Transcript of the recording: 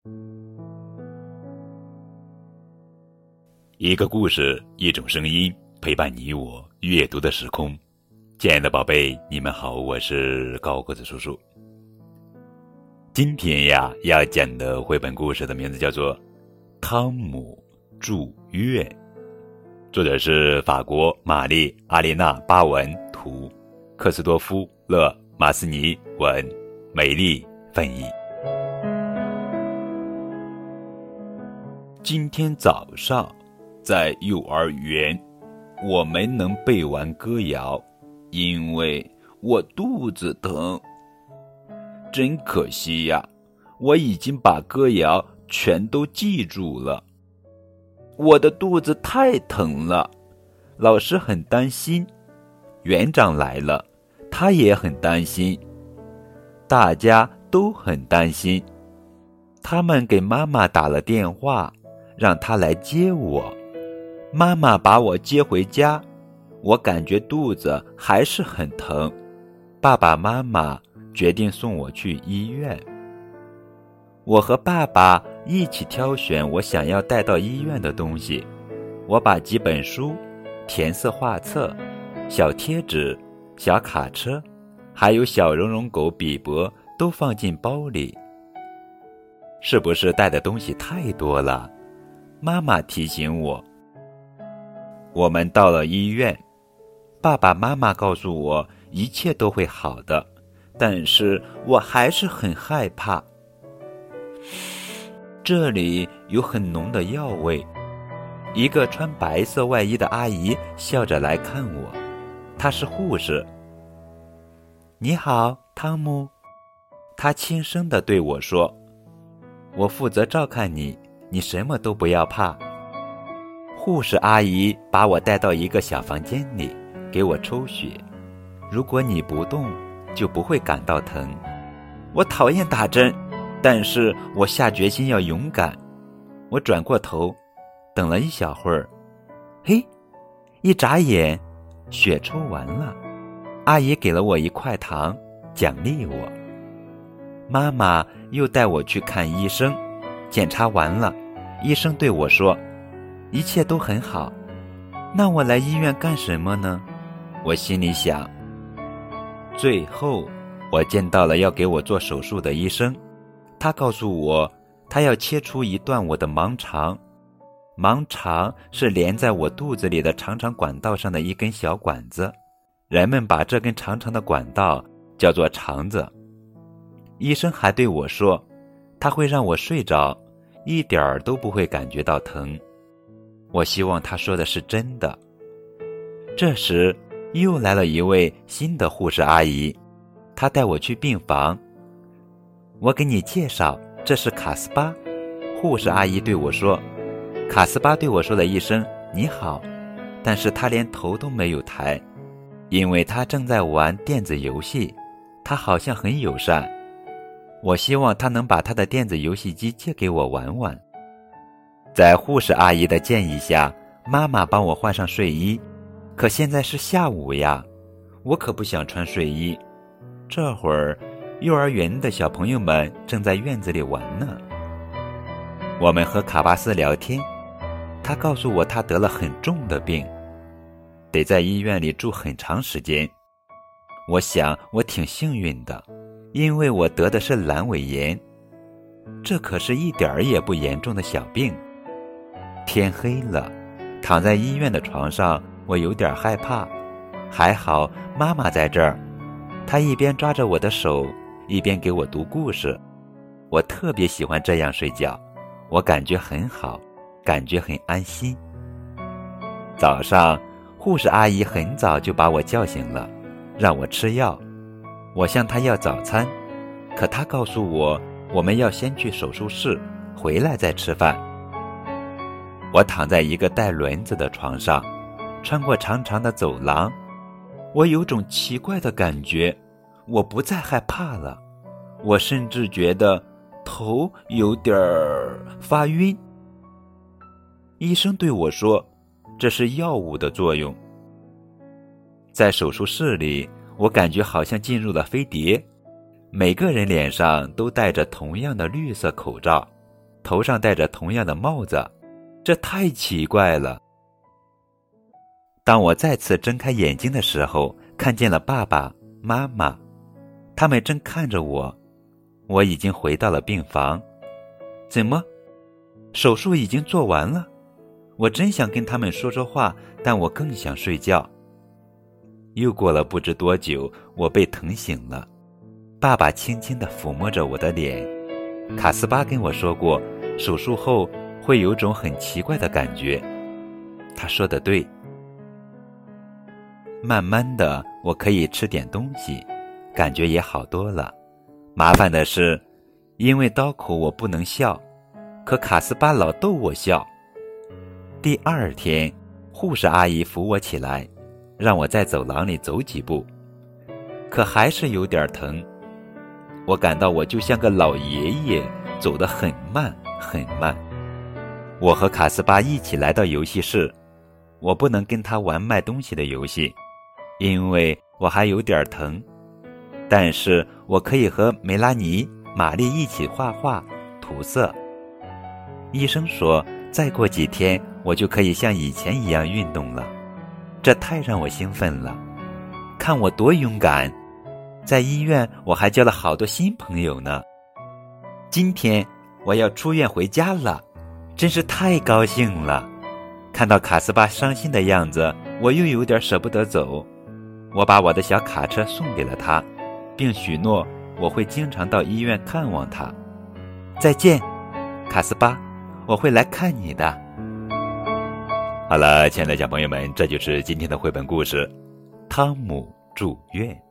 一个故事，一种声音，陪伴你我阅读的时空。亲爱的宝贝，你们好，我是高个子叔叔。今天呀，要讲的绘本故事的名字叫做《汤姆住院》，作者是法国玛丽·阿莲娜·巴文，图克斯多夫·勒马斯尼文，美丽翻译。今天早上在幼儿园，我没能背完歌谣，因为我肚子疼。真可惜呀，我已经把歌谣全都记住了。我的肚子太疼了，老师很担心，园长来了，他也很担心，大家都很担心。他们给妈妈打了电话，让她来接我。妈妈把我接回家，我感觉肚子还是很疼。爸爸妈妈决定送我去医院。我和爸爸一起挑选我想要带到医院的东西。我把几本书、填色画册、小贴纸、小卡车，还有小绒绒狗比伯都放进包里。是不是带的东西太多了？妈妈提醒我。我们到了医院，爸爸妈妈告诉我一切都会好的，但是我还是很害怕。这里有很浓的药味。一个穿白色外衣的阿姨笑着来看我，她是护士。你好，汤姆，她轻声地对我说，我负责照看你，你什么都不要怕。护士阿姨把我带到一个小房间里，给我抽血。如果你不动，就不会感到疼。我讨厌打针，但是我下决心要勇敢。我转过头，等了一小会儿，嘿，一眨眼，血抽完了。阿姨给了我一块糖，奖励我。妈妈又带我去看医生，检查完了，医生对我说，一切都很好。那我来医院干什么呢？我心里想。最后，我见到了要给我做手术的医生，他告诉我，他要切除一段我的盲肠。盲肠是连在我肚子里的长长管道上的一根小管子，人们把这根长长的管道叫做肠子。医生还对我说，他会让我睡着，一点儿都不会感觉到疼。我希望他说的是真的。这时又来了一位新的护士阿姨，她带我去病房。我给你介绍，这是卡斯巴。护士阿姨对我说。卡斯巴对我说了一声你好，但是他连头都没有抬，因为他正在玩电子游戏。他好像很友善。我希望他能把他的电子游戏机借给我玩玩。在护士阿姨的建议下，妈妈帮我换上睡衣。可现在是下午呀，我可不想穿睡衣。这会儿，幼儿园的小朋友们正在院子里玩呢。我们和卡巴斯聊天，他告诉我他得了很重的病，得在医院里住很长时间。我想我挺幸运的，因为我得的是阑尾炎，这可是一点儿也不严重的小病。天黑了，躺在医院的床上，我有点害怕。还好妈妈在这儿，她一边抓着我的手，一边给我读故事。我特别喜欢这样睡觉，我感觉很好，感觉很安心。早上，护士阿姨很早就把我叫醒了，让我吃药。我向她要早餐，可她告诉我，我们要先去手术室，回来再吃饭。我躺在一个带轮子的床上，穿过长长的走廊。我有种奇怪的感觉，我不再害怕了。我甚至觉得头有点发晕。医生对我说，这是药物的作用。在手术室里，我感觉好像进入了飞碟，每个人脸上都戴着同样的绿色口罩， 头上戴着同样的帽子，这太奇怪了。当我再次睁开眼睛的时候，看见了爸爸妈妈，他们正看着我。我已经回到了病房。怎么？手术已经做完了？我真想跟他们说说话，但我更想睡觉。又过了不知多久，我被疼醒了。爸爸轻轻地抚摸着我的脸。卡斯巴跟我说过，手术后会有种很奇怪的感觉。他说得对。慢慢的，我可以吃点东西，感觉也好多了。麻烦的是，因为刀口我不能笑，可卡斯巴老逗我笑。第二天，护士阿姨扶我起来，让我在走廊里走几步，可还是有点疼。我感到我就像个老爷爷，走得很慢很慢。我和卡斯巴一起来到游戏室，我不能跟他玩卖东西的游戏，因为我还有点疼。但是我可以和梅拉尼、玛丽一起画画、涂色。医生说，再过几天我就可以像以前一样运动了，这太让我兴奋了。看我多勇敢！在医院我还交了好多新朋友呢。今天我要出院回家了，真是太高兴了。看到卡斯巴伤心的样子，我又有点舍不得走。我把我的小卡车送给了他，并许诺我会经常到医院看望他。再见，卡斯巴，我会来看你的。好了，亲爱的小朋友们，这就是今天的绘本故事《汤姆住院》。